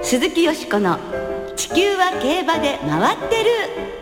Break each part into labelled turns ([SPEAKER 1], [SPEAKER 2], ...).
[SPEAKER 1] 鈴木よしこの地球は競馬で回ってる。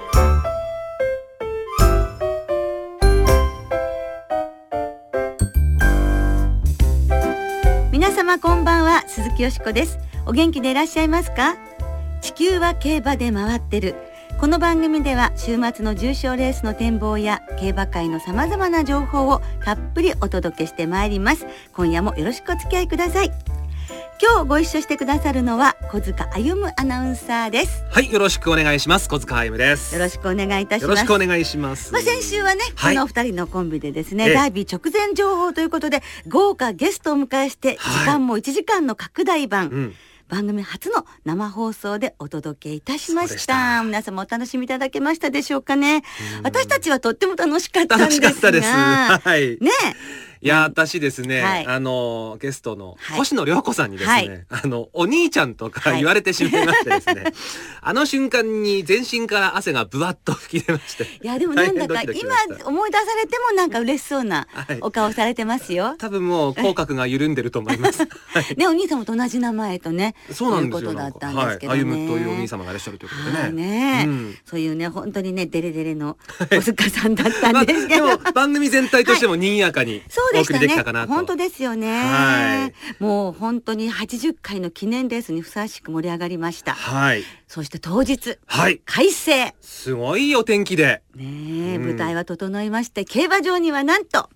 [SPEAKER 1] 皆様こんばんは、鈴木よしこです。お元気でいらっしゃいますか？地球は競馬で回ってる。この番組では週末の重賞レースの展望や競馬界のさまざまな情報をたっぷりお届けしてまいります。今夜もよろしくお付き合いください。今日ご一緒してくださるのは小塚歩アナウンサーです。
[SPEAKER 2] はい、よろしくお願いします。小塚歩です。
[SPEAKER 1] よろしくお願いいたします。
[SPEAKER 2] よろしくお願いします。
[SPEAKER 1] 先週はね、
[SPEAKER 2] はい、
[SPEAKER 1] この2人のコンビでですね、ダービー直前情報ということで豪華ゲストを迎えして、時間も1時間の拡大版、番組初の生放送でお届けいたしました。皆様お楽しみいただけましたでしょうかね。私たちはとっても楽しかったんですが。
[SPEAKER 2] 楽しかったです。はい。
[SPEAKER 1] ね。
[SPEAKER 2] いや、私ですね、
[SPEAKER 1] はい、
[SPEAKER 2] ゲストの星野涼子さんにですね、はい、お兄ちゃんとか言われてしまいましてですね、あの瞬間に全身から汗がブワッと吹き出まして。
[SPEAKER 1] いやでもなんだか今思い出されてもなんか嬉しそうなお顔されてますよ。
[SPEAKER 2] 多分もう口角が緩んでると思います。
[SPEAKER 1] ね、お兄様と同じ名前とね、
[SPEAKER 2] そうなんですよ。
[SPEAKER 1] いうことだったんですけどね。
[SPEAKER 2] 歩というお兄様がいらっしゃるということで
[SPEAKER 1] ね。そういうね、本当にねデレデレの小塚さんだったんですけど、
[SPEAKER 2] でも番組全体としても賑やかにお送りできたかなと。
[SPEAKER 1] 本当ですよね、
[SPEAKER 2] はい、
[SPEAKER 1] もう本当に80回の記念レースにふさわしく盛り上がりました。
[SPEAKER 2] はい、
[SPEAKER 1] そして当日、
[SPEAKER 2] はい、
[SPEAKER 1] 快晴、
[SPEAKER 2] すごいお天気で、
[SPEAKER 1] ね、舞台は整いまして、競馬場にはなんと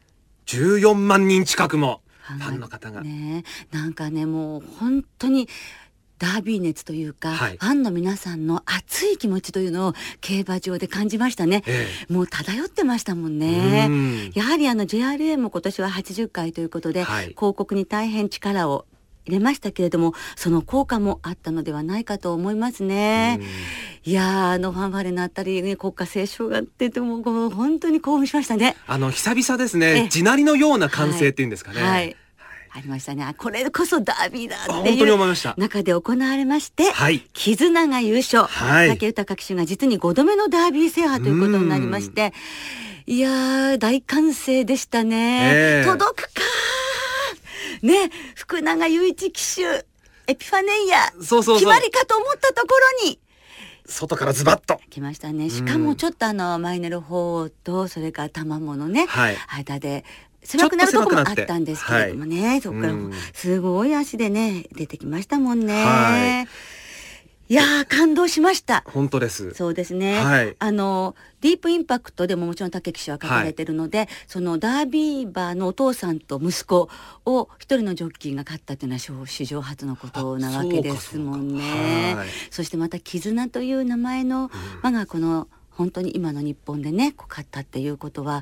[SPEAKER 2] 14万人近くもファンの方が、
[SPEAKER 1] ね、なんかね、もう本当にダービー熱というか、
[SPEAKER 2] はい、
[SPEAKER 1] ファンの皆さんの熱い気持ちというのを競馬場で感じましたね、もう漂ってましたもんね。やはりJRA も今年は80回ということで、はい、広告に大変力を入れましたけれども、その効果もあったのではないかと思いますね。いやファンファーレのあたり、ね、国歌斉唱が出ても本当に興奮しましたね。
[SPEAKER 2] 久々ですね。地鳴りのような歓声っていうんですかね、
[SPEAKER 1] はい、ありましたね。これこそダービーだって
[SPEAKER 2] 本当に思いました。
[SPEAKER 1] いう中で行われまして、
[SPEAKER 2] はい、
[SPEAKER 1] 絆が優勝、
[SPEAKER 2] はい、
[SPEAKER 1] 武豊騎手が実に5度目のダービー制覇ということになりまして、いやー大歓声でしたね、届くかね、福永祐一騎手エピファネイア決まりかと思ったところに
[SPEAKER 2] 外からズバッと
[SPEAKER 1] 来ましたね。しかもちょっとマイネル砲とそれから玉藻のね、はい、間で狭くなるとこもあったんですけれどもね、はい、そこからすごい足でね出てきましたもんね、はい、いやー感動しました。
[SPEAKER 2] 本当です。
[SPEAKER 1] そうですね、
[SPEAKER 2] はい、
[SPEAKER 1] ディープインパクトでももちろん武騎手は書かれているので、はい、そのダービー馬のお父さんと息子を一人のジョッキーが勝ったというのは史上初のことなわけですもんね。そしてまた絆という名前の馬がこの本当に今の日本でね勝ったっていうことは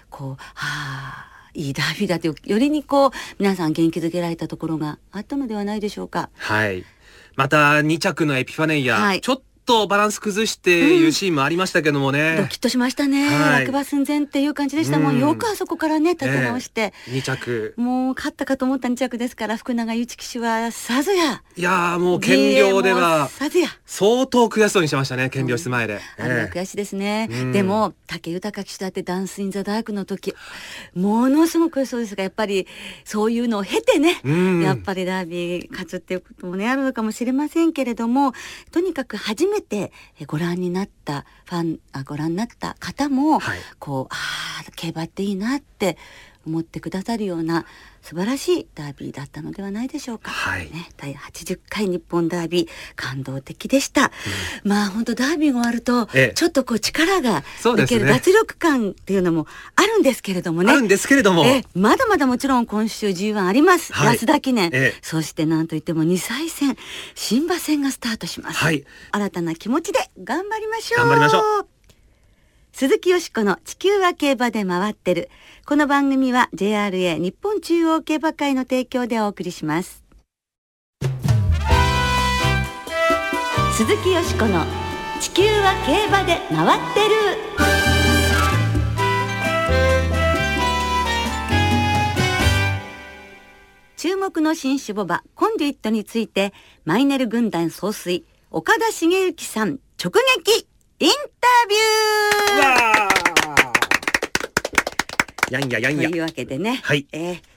[SPEAKER 1] いいダービーだとよりに皆さん元気づけられたところがあったのではないでしょうか。
[SPEAKER 2] はい、また2着のエピファネイア、はい、ちょっとバランス崩していうシーンもありましたけどもね、
[SPEAKER 1] ドキッとしましたね、はい、落馬寸前っていう感じでしたもん、よくあそこからね立て直して、
[SPEAKER 2] 2着
[SPEAKER 1] もう勝ったかと思った2着ですから、福永祐一騎手はさぞや、
[SPEAKER 2] いやもう検量では
[SPEAKER 1] さぞや
[SPEAKER 2] 相当悔しそうにしてましたね、検量室前で、
[SPEAKER 1] あれは悔しいですね、でも武豊騎手だってダンスインザダークの時ものすごく悔しそうですが、やっぱりそういうのを経てね、やっぱりダービー勝つっていうこともねあるのかもしれませんけれども、とにかく初めてご覧になったご覧になった方も、はい、競馬っていいなって思ってくださるような素晴らしいダービーだったのではないでしょうか、はいね、第80回日本ダービー感動的でした、本当ダービーが終わると、ちょっと力が抜ける、脱力感っていうのもあるんですけれどもね、まだまだもちろん今週 G1 あります、はい、安田記念、そしてなんといっても2歳戦新馬戦がスタートします、はい、新たな気持ちで頑張りましょう。鈴木よしこの地球は競馬で回ってる。この番組は JRA 日本中央競馬会の提供でお送りします。鈴木よしこの地球は競馬で回ってる。注目の新種牡馬コンデュイットについてマイネル軍団総帥岡田茂之さん直撃インタビュー。
[SPEAKER 2] やんややんや
[SPEAKER 1] というわけでね、
[SPEAKER 2] はい、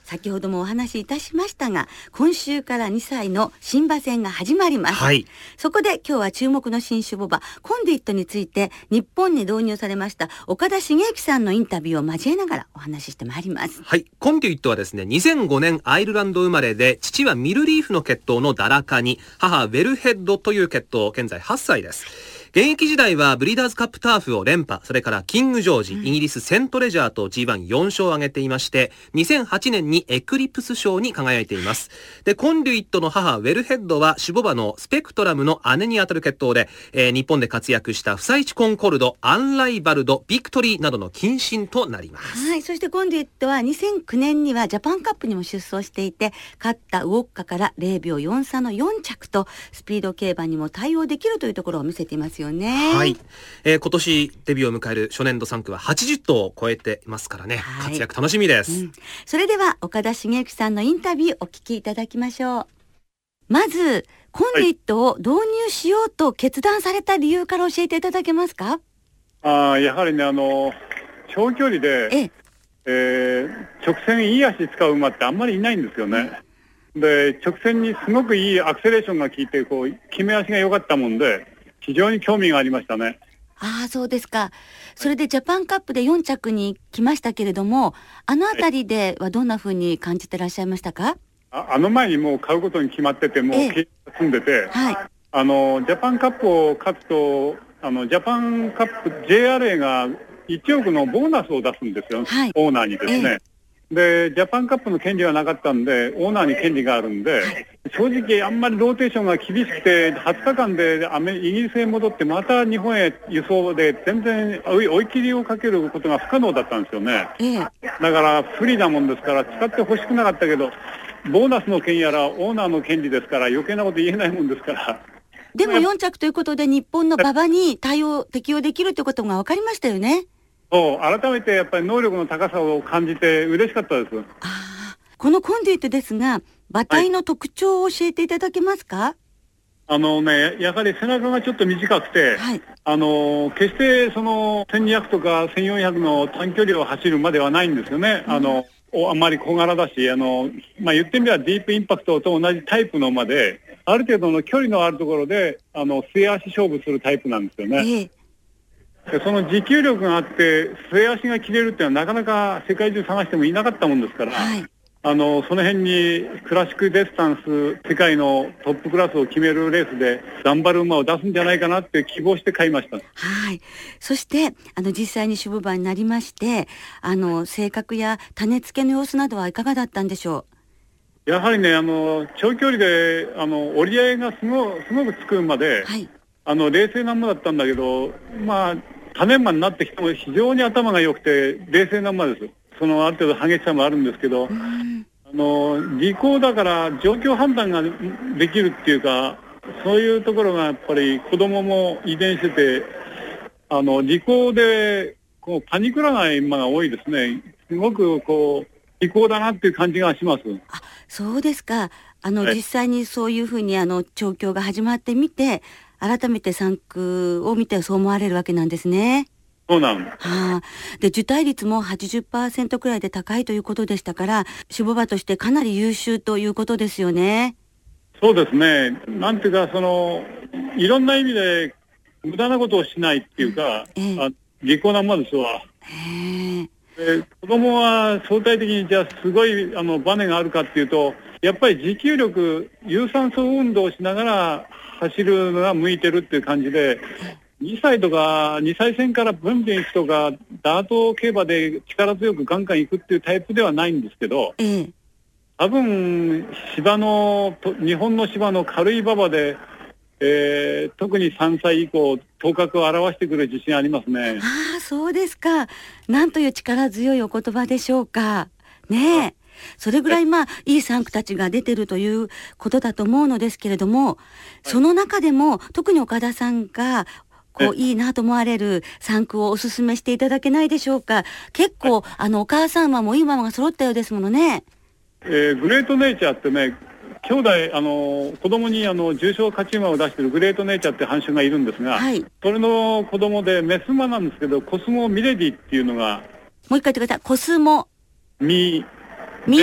[SPEAKER 1] 先ほどもお話しいたしましたが、今週から2歳の新馬戦が始まります、
[SPEAKER 2] はい、
[SPEAKER 1] そこで今日は注目の新種牡馬コンデュイットについて、日本に導入されました岡田茂之さんのインタビューを交えながらお話ししてまいります。
[SPEAKER 2] はい、コンデュイットはですね、2005年アイルランド生まれで、父はミルリーフの血統のダラカニ、母ウェルヘッドという血統、現在8歳です。現役時代はブリーダーズカップターフを連覇、それからキングジョージ、イギリスセントレジャーと G14 勝を挙げていまして、2008年にエクリプス賞に輝いています。で、コンデュイットの母ウェルヘッドは種牡馬のスペクトラムの姉にあたる血統で、日本で活躍したフサイチコンコルド、アンライバルド、ビクトリーなどの近親となります。
[SPEAKER 1] はい、そしてコンデュイットは2009年にはジャパンカップにも出走していて、勝ったウォッカから0秒4差の4着とスピード競馬にも対応できるというところを見せていますよね。
[SPEAKER 2] はい、今年デビューを迎える初年度3区は80頭を超えていますからね、はい、活躍楽しみです、
[SPEAKER 1] それでは岡田茂之さんのインタビューお聞きいただきましょう。まずコンデュイットを導入しようと決断された理由から教えていただけますか？
[SPEAKER 3] やはりね、長距離で、直線いい足使う馬ってあんまりいないんですよね、で直線にすごくいいアクセレーションが効いて、こう決め足が良かったもんで非常に興味がありましたね。
[SPEAKER 1] ああ、そうですか。それでジャパンカップで4着に来ましたけれども、あのあたりではどんな風に感じてらっしゃいましたか？
[SPEAKER 3] あの前にもう買うことに決まってて、もう契約が済んでて、はい、ジャパンカップを勝つとジャパンカップ JRA が1億のボーナスを出すんですよ、はい、オーナーにですね、でジャパンカップの権利はなかったんでオーナーに権利があるんで、はい、正直あんまりローテーションが厳しくて20日間でイギリスへ戻ってまた日本へ輸送で全然追い切りをかけることが不可能だったんですよね、だから不利なもんですから使ってほしくなかったけど、ボーナスの権やらオーナーの権利ですから余計なこと言えないもんですから。
[SPEAKER 1] でも4着ということで日本の馬場に適用できるということが分かりましたよね。
[SPEAKER 3] 改めてやっぱり能力の高さを感じて嬉しかったです。
[SPEAKER 1] このコンデュイットですが、馬体の特徴を教えていただけますか？
[SPEAKER 3] やはり背中がちょっと短くて、はい、決してその1200とか1400の短距離を走るまではないんですよね。あんまり小柄だし、言ってみればディープインパクトと同じタイプの馬で、ある程度の距離のあるところで末足勝負するタイプなんですよね。でその持久力があって末足が切れるっていうのはなかなか世界中探してもいなかったもんですから、はい、その辺にクラシックディスタンス世界のトップクラスを決めるレースで頑張る馬を出すんじゃないかなって希望して買いました。
[SPEAKER 1] はい。そして実際に種牡馬になりまして、性格や種付けの様子などはいかがだったんでしょ
[SPEAKER 3] う？やはりね、長距離で折り合いがすごくつく馬で、はい、冷静な馬だったんだけど、多年馬になってきても非常に頭が良くて冷静な馬です。ある程度激しさもあるんですけど、利口だから状況判断ができるっていうか、そういうところがやっぱり子供も遺伝してて、利口でパニクらない馬が多いですね。すごく利口だなっていう感じがします。
[SPEAKER 1] そうですか。実際にそういうふうに調教が始まってみて、改めて3区を見てそう思われるわけなんですね。
[SPEAKER 3] そうなんです。
[SPEAKER 1] で受胎率も 80% くらいで高いということでしたから、種牡馬としてかなり優秀ということですよね。
[SPEAKER 3] そうですね。なんていうかいろんな意味で無駄なことをしないっていうか、利口な馬ですわ。子供は相対的にじゃあすごいバネがあるかっていうと、やっぱり持久力、有酸素運動をしながら走るのが向いてるっていう感じで、2歳とか2歳戦からブンブン行くとかダート競馬で力強くガンガン行くっていうタイプではないんですけど、多分日本の芝の軽い馬場で、特に3歳以降頭角を現してくる自信ありますね。
[SPEAKER 1] そうですか。なんという力強いお言葉でしょうかね。それぐらいいい3区たちが出てるということだと思うのですけれども、その中でも特に岡田さんがいいなと思われる3区をお勧めしていただけないでしょうか。結構お母さん馬もいい馬が揃ったようですものね。
[SPEAKER 3] グレートネイチャーってね、兄弟子供に重賞勝ち馬を出しているグレートネイチャーって藩主がいるんですが、それの子供でメス馬なんですけど、コスモミレディっていうのが。
[SPEAKER 1] もう一回言ってください。コスモ
[SPEAKER 3] ミ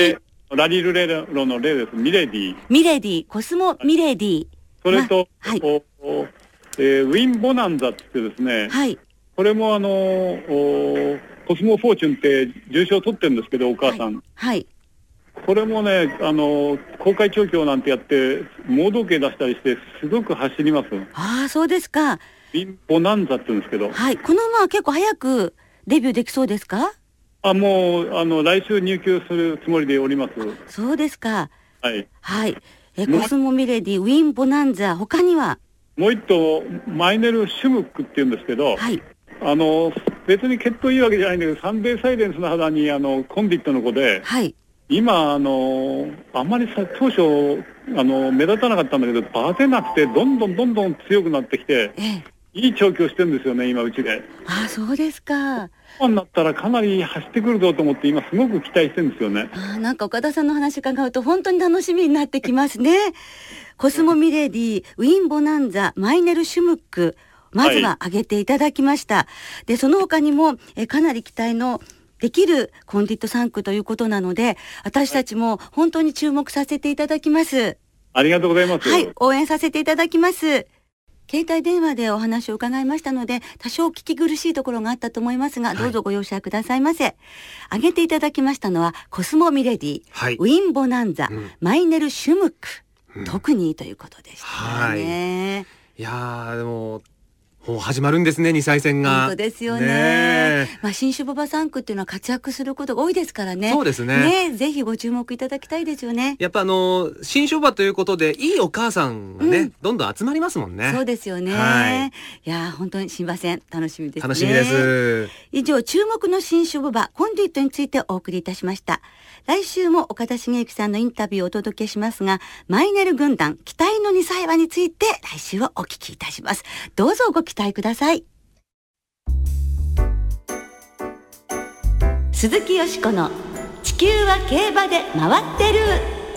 [SPEAKER 3] ラリルレロのレです。ミレディ。
[SPEAKER 1] ミレディ、コスモミレディ。
[SPEAKER 3] それと、
[SPEAKER 1] はい、
[SPEAKER 3] ウィンボナンザって言ってですね、
[SPEAKER 1] はい、
[SPEAKER 3] これもコスモフォーチュンって重賞取ってるんですけど、お母さん。
[SPEAKER 1] はい。はい、
[SPEAKER 3] これもね、公開調教なんてやって、盲導径出したりして、すごく走ります。
[SPEAKER 1] ああ、そうですか。
[SPEAKER 3] ウィンボナンザって言うんですけど。
[SPEAKER 1] はい。この馬は結構早くデビューできそうですか？
[SPEAKER 3] もう、来週入厩するつもりでおります。
[SPEAKER 1] そうですか。
[SPEAKER 3] はい。
[SPEAKER 1] はい。コスモミレディ、ウィンボナンザ、他には？
[SPEAKER 3] もう一頭、マイネル・シュムックって言うんですけど、
[SPEAKER 1] はい。
[SPEAKER 3] 別に血統いいわけじゃないんだけど、サンデーサイレンスの肌に、コンビットの子で、
[SPEAKER 1] はい。
[SPEAKER 3] 今、あんまり当初、目立たなかったんだけど、バテなくて、どんどん強くなってきて、いい調教してるんですよね、今、うちで。
[SPEAKER 1] ああ、そうですか。
[SPEAKER 3] 今になったらかなり走ってくるぞと思って、今、すごく期待してるんですよね。
[SPEAKER 1] なんか岡田さんの話伺うと、本当に楽しみになってきますね。コスモミレディ、ウィンボナンザ、マイネル・シュムック、まずは挙げていただきました。はい、で、その他にも、かなり期待のできるコンディット3区ということなので、私たちも本当に注目させていただきます。
[SPEAKER 3] ありがとうございます。
[SPEAKER 1] はい、応援させていただきます。携帯電話でお話を伺いましたので、多少聞き苦しいところがあったと思いますが、どうぞご容赦くださいませ。挙げていただきましたのは、コスモミレディ、はい、ウィンボナンザ、マイネル・シュムック、特にということでしたね。
[SPEAKER 2] はい、いやー、でももう始まるんですね、2歳戦が。
[SPEAKER 1] 本当ですよね。新種馬場3区っていうのは活躍することが多いですからね。
[SPEAKER 2] そうですね。
[SPEAKER 1] ぜひご注目いただきたいですよね。
[SPEAKER 2] やっぱ新種馬ということで、いいお母さんがね、どんどん集まりますもんね。
[SPEAKER 1] そうですよね。はい、いや本当に新馬戦楽しみですね。
[SPEAKER 2] 楽しみです。
[SPEAKER 1] 以上、注目の新種馬コンディットについてお送りいたしました。来週も岡田茂之さんのインタビューをお届けしますが、マイネル軍団期待の2歳馬について来週をお聞きいたします。どうぞご期待ください。鈴木よしこの地球は競馬で回ってる。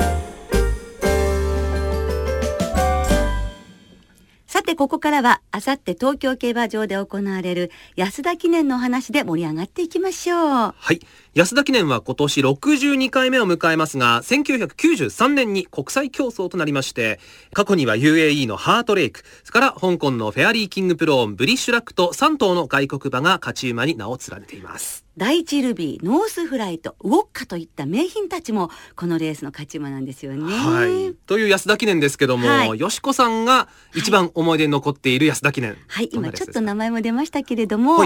[SPEAKER 1] さて、ここからはあさって東京競馬場で行われる安田記念のお話で盛り上がっていきましょう。
[SPEAKER 2] はい、安田記念は今年62回目を迎えますが、1993年に国際競争となりまして、過去には UAE のハートレイク、それから香港のフェアリーキングプローン、ブリッシュラックと3頭の外国馬が勝ち馬に名を連ねています。
[SPEAKER 1] 第一ルビー、ノースフライト、ウォッカといった名品たちもこのレースの勝ち馬なんですよね。
[SPEAKER 2] はい、という安田記念ですけども、はい、よしこさんが一番思い出に残っている安田記念、
[SPEAKER 1] はい、今ちょっと名前も出ましたけれども、はい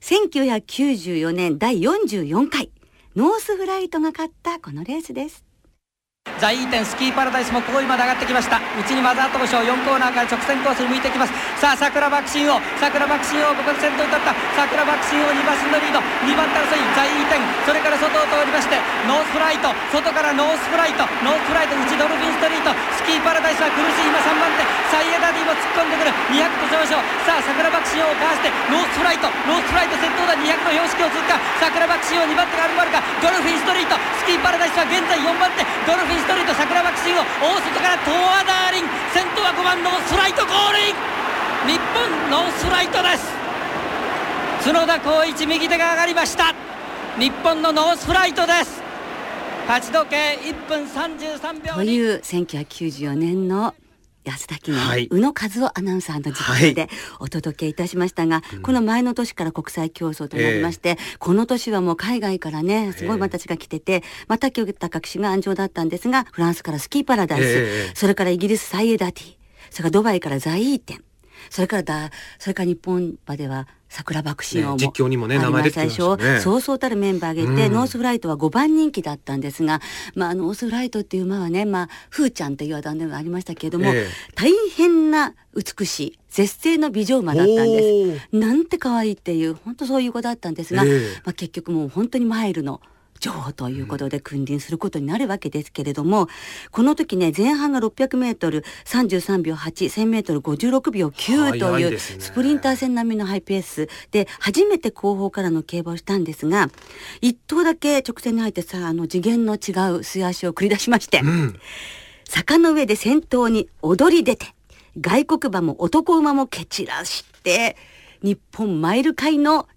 [SPEAKER 1] 、1994年第44回ノースフライトが勝ったこのレースです。
[SPEAKER 4] ザイーテンスキーパラダイスもここにまで上がってきました。内にマザートーショー4コーナーから直線コースに向いてきます。さあ桜爆心王、桜爆心王、ここで先頭に立った桜爆心王、2馬身のリード、2番手争いザイーテン、それから外を通りましてノースフライト、外からノースフライト、ノースフライト内ドルフィンストリート、スキーパラダイスは苦しい今3番手サイエダディも突っ込んでくる200と上昇。さあ桜爆心王をかわしてノースフライト、ノースフライト先頭だ、200の標識を通過。桜爆心王2番手があるか、ドルフィンストリート、スキーパラダイスは現在4番手、ドルフィンストリート、桜爆心王、大外からトアダーリン、先頭は5番ノースフライトゴールイン。日本ノースフライトです。角田光一右手が上がりました。日本のノースフライトです。勝ち時計1分33秒
[SPEAKER 1] という1994年の安田記念、
[SPEAKER 2] はい、
[SPEAKER 1] 宇野和夫アナウンサーの実況でお届けいたしましたが、この前の年から国際競争となりまして、この年はもう海外からねすごい馬たちが来てて、竹豊騎手が安城だったんですが、フランスからスキーパラダイス、それからイギリスサイエダティ、それからドバイからザイーテン、それから日本馬では桜爆心王も、
[SPEAKER 2] 実況にもね名前出てきましたね。
[SPEAKER 1] そうそうたるメンバーがいて、ノースフライトは5番人気だったんですが、ノースフライトっていう馬はね、フーちゃんというあだ名がありましたけれども、大変な美しい絶世の美女馬だったんです。なんて可愛いっていう、本当そういう子だったんですが、結局もう本当にマイルの女王ということで君臨することになるわけですけれども、この時ね、前半が600メートル33秒8、1000メートル56秒9というスプリンター戦並みのハイペースで初めて後方からの競馬をしたんですが、一頭だけ直線に入って次元の違う末足を繰り出しまして、坂の上で先頭に躍り出て、外国馬も男馬も蹴散らして、日本マイル界の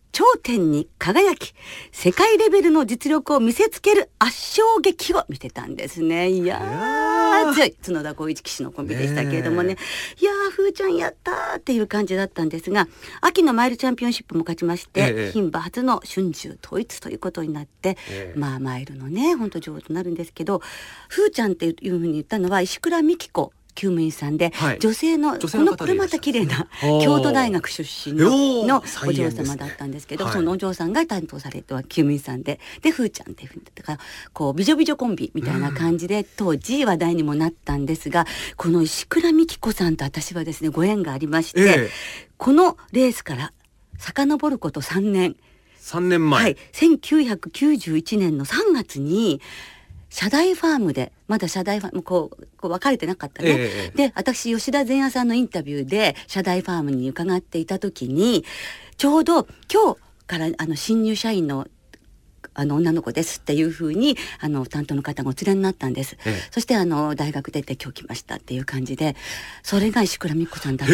[SPEAKER 1] 頂点に輝き、世界レベルの実力を見せつける圧勝劇を見せたんですね。いやー、強い角田光一騎手のコンビでしたけれどもね、いやー、ふーちゃんやったーっていう感じだったんですが、秋のマイルチャンピオンシップも勝ちまして、牝馬初の春秋統一ということになって、まあマイルのね本当女王となるんですけど、ふーちゃんっていうふうに言ったのは石倉美希子厩務員さんで、はい、女性のこれまた綺麗な京都大学出身のお嬢様だったんですけど、そのお嬢さんが担当されては厩務員さんでふーちゃんっていうふうにだからこう美女美女コンビみたいな感じで、当時話題にもなったんですが、この石倉美希子さんと私はですねご縁がありまして、このレースから遡ること3年前、はい、1991年の3月に社大ファームで、まだ社大ファームこう分かれてなかったね、で私吉田前夜さんのインタビューで社大ファームに伺っていた時に、ちょうど今日から新入社員の女の子ですっていう風に担当の方がお連れになったんです、そして大学出て今日来ましたっていう感じで、それが石倉美希子さんだった。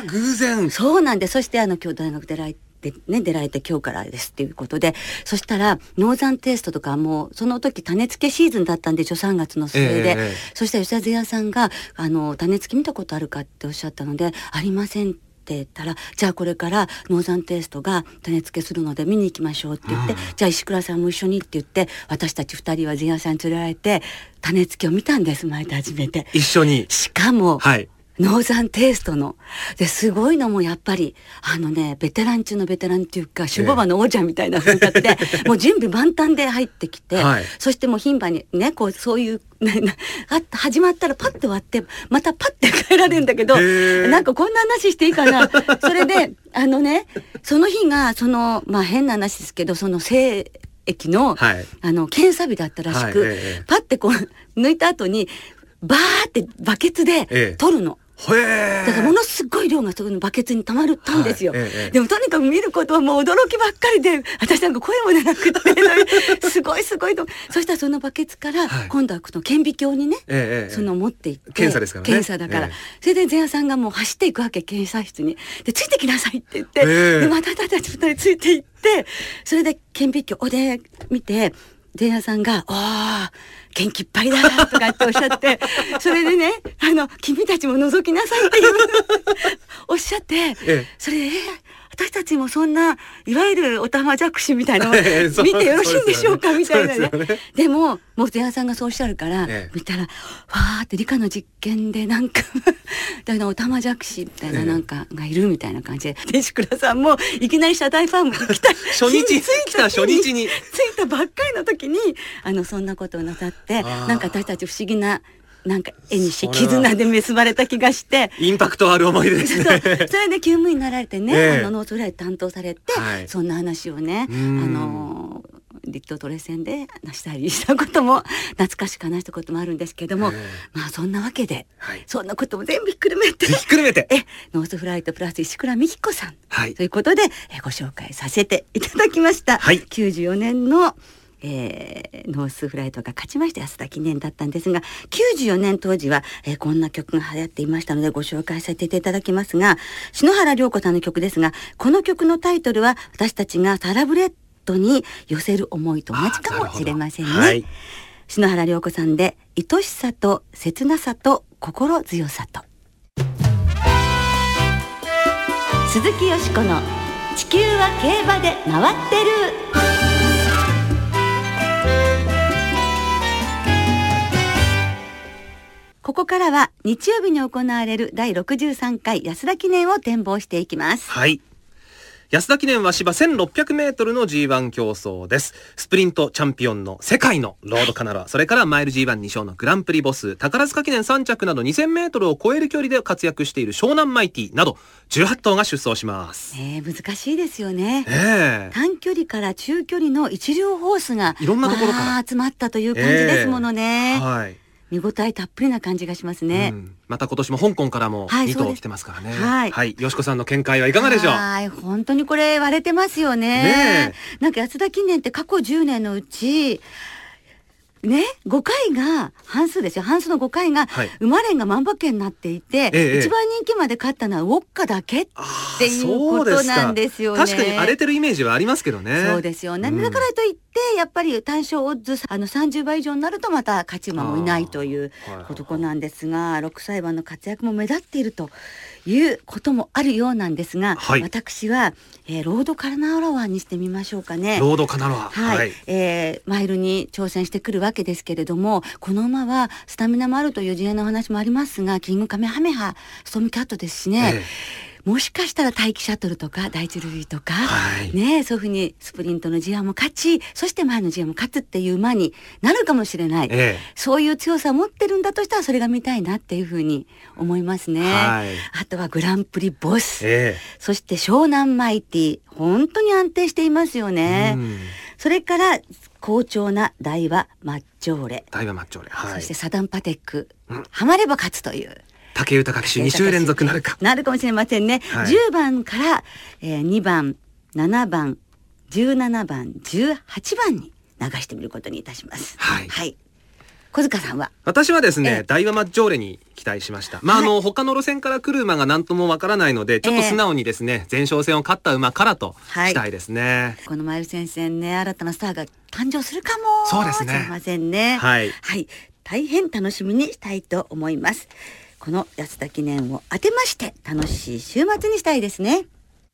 [SPEAKER 2] 偶然。
[SPEAKER 1] そうなんで、そして今日大学出られて今日からですっていうことで、そしたらノーザンテイストとかもうその時種付けシーズンだったんでしょ、3月の末で、そしたら吉田前夜さんが種付け見たことあるかっておっしゃったので、ありませんって言ったら、じゃあこれからノーザンテイストが種付けするので見に行きましょうって言って、じゃあ石倉さんも一緒にって言って、私たち2人は前夜さんに連れられて種付けを見たんです。前で初めて
[SPEAKER 2] 一緒に、
[SPEAKER 1] しかも、ノーザンテイストのですごいのもやっぱりベテラン中のベテランっていうか守護馬の王者みたいな風になって、もう準備万端で入ってきて、そしてもう牝馬にねこうそういう始まったらパッて割ってまたパッて帰られるんだけど、なんかこんな話していいかなそれでその日がまあ変な話ですけど、その精液の、検査日だったらしく、パッてこう抜いた後にバーってバケツで取るの。だからものすごい量がそのバケツにたまったんですよ、でもとにかく見ることはもう驚きばっかりで、私なんか声も出なくってすごいと、そしたらそのバケツから今度はこの顕微鏡にね、持っていって
[SPEAKER 2] 検査ですからね、
[SPEAKER 1] 検査だから、それで前夜さんがもう走っていくわけ、検査室に。でついてきなさいって言って、でまた私たち2人ついていって、それで顕微鏡で見て、前夜さんが元気いっぱいだとかっておっしゃってそれでね君たちも覗きなさいっていうおっしゃって、それで私たちもそんないわゆるオタマジャクシみたいなのを見てよろしいんでしょうかみたいなね。でももう前夜さんがそうおっしゃるから、見たらわーって理科の実験でなんかだからオタマジャクシみたいななんかがいるみたいな感じで、石倉さんもいきなり社大ファームに来た
[SPEAKER 2] 初日に
[SPEAKER 1] 着いたばっかりの時にそんなことをなさって、なんか私たち不思議ななんか絵にし絆で結ばれた気がして、
[SPEAKER 2] インパクトある思い出ですね。
[SPEAKER 1] それで厩務員になられてね、ノースフライ担当されて、そんな話をね立東トレセンで話したりしたことも懐かしく話したこともあるんですけども、まあそんなわけで、そんなことも全部ひっくるめてノースフライトプラス石倉美希子さん、ということでご紹介させていただきました。94年のノースフライトが勝ちました安田記念だったんですが、94年当時は、こんな曲が流行っていましたのでご紹介させていただきますが、篠原涼子さんの曲ですが、この曲のタイトルは私たちがサラブレッドに寄せる思いと同じかもしれませんね。篠原涼子さんで愛しさと切なさと心強さと。鈴木よしこの地球は競馬で回ってる。ここからは日曜日に行われる第63回安田記念を展望していきます。
[SPEAKER 2] 安田記念は芝1600メートルの G1 競争です。スプリントチャンピオンの世界のロードカナロア、それからマイル G12 勝のグランプリボス、宝塚記念3着など2000メートルを超える距離で活躍している湘南マイティなど18頭が出走します。
[SPEAKER 1] 難しいですよね。短距離から中距離の一流ホースが
[SPEAKER 2] いろんなところから
[SPEAKER 1] 集まったという感じですものね。見応えたっぷりな感じがしますね。
[SPEAKER 2] また今年も香港からも2頭来てますからね。よしこさんの見解はいかがでしょう。
[SPEAKER 1] 本当にこれ割れてますよね。なんか安田記念って過去10年のうちね、5回が半数ですよ。半数の5回が馬連が万馬券になっていて、一番人気まで勝ったのはウォッカだけっていうことなんですよね。
[SPEAKER 2] 確かに荒れてるイメージはありますけどね。
[SPEAKER 1] そうですよね。だからといってやっぱり単勝オッズ30倍以上になるとまた勝ち馬もいないということなんですが、6歳馬の活躍も目立っているということもあるようなんですが、私は、ロードカナロアにしてみましょうかね。
[SPEAKER 2] ロードカナロア、
[SPEAKER 1] マイルに挑戦してくるわけですけれども、この馬はスタミナもあるという事例の話もありますが、キングカメハメハストームキャットですしね、もしかしたら大気シャトルとか第一ルビーとか、ね、そういうふうにスプリントの G1 も勝ち、そして前の G1 も勝つっていう馬になるかもしれない、そういう強さを持ってるんだとしたらそれが見たいなっていうふうに思いますね。あとはグランプリボス、そして湘南マイティ、本当に安定していますよね。それから好調な大和マッジョーレ、そしてサダンパテック、ハマれば勝つという
[SPEAKER 2] 武豊騎手2週連続なるか
[SPEAKER 1] もしれませんね。10番から、2番7番17番18番に流してみることにいたします。小塚さんは？
[SPEAKER 2] 私はですね、大和マッジョーレに期待しました。他の路線から来る馬が何ともわからないので、ちょっと素直にですね、前哨戦を勝った馬からとしたいですね。
[SPEAKER 1] このマイル戦線ね、新たなスターが誕生するかもしれませんね。大変楽しみにしたいと思います。この安田記念を当てまして楽しい週末にしたいですね。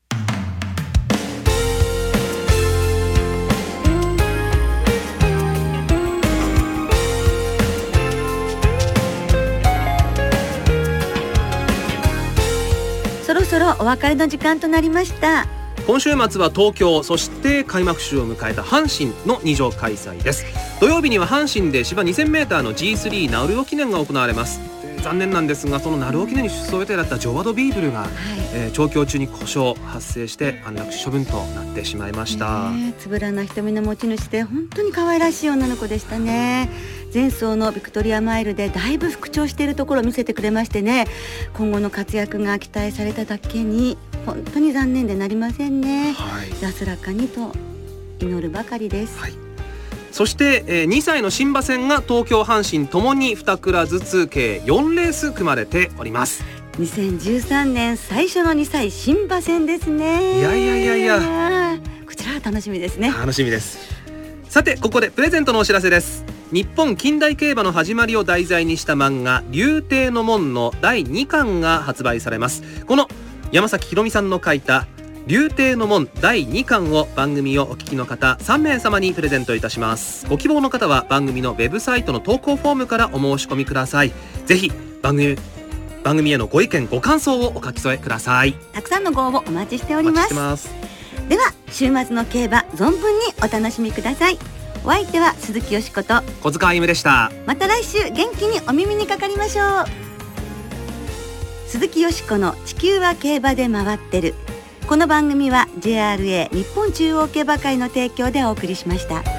[SPEAKER 1] そろそろお別れの時間となりました。
[SPEAKER 2] 今週末は東京、そして開幕週を迎えた阪神の2場開催です。土曜日には阪神で芝 2000m の G3 ナルオ記念が行われます。残念なんですが、そのナルオ記念に出走予定だったジョワドビーブルが、調教中に故障発生して安楽死処分となってしまいました。
[SPEAKER 1] つぶらな瞳の持ち主で本当に可愛らしい女の子でしたね。前走のビクトリアマイルでだいぶ復調しているところを見せてくれましてね、今後の活躍が期待されただけに本当に残念でなりませんね。安らかにと祈るばかりです。
[SPEAKER 2] そして、2歳の新馬戦が東京阪神ともに2クラずつ計4レース組まれております。
[SPEAKER 1] 2013年最初の2歳新馬戦ですね。
[SPEAKER 2] いや
[SPEAKER 1] こちらは楽しみですね。
[SPEAKER 2] 楽しみです。さて、ここでプレゼントのお知らせです。日本近代競馬の始まりを題材にした漫画竜帝の門の第2巻が発売されます。この山崎ひろみさんの書いた竜帝の門第2巻を番組をお聞きの方3名様にプレゼントいたします。ご希望の方は番組のウェブサイトの投稿フォームからお申し込みください。ぜひ番組へのご意見ご感想をお書き添えください。
[SPEAKER 1] たくさんのご応募お待ちしております。では週末の競馬存分にお楽しみください。お相手は鈴木よしこと
[SPEAKER 2] 小塚歩でした。
[SPEAKER 1] また来週元気にお耳にかかりましょう。鈴木よしこの地球は競馬で回ってる。この番組は JRA 日本中央競馬会の提供でお送りしました。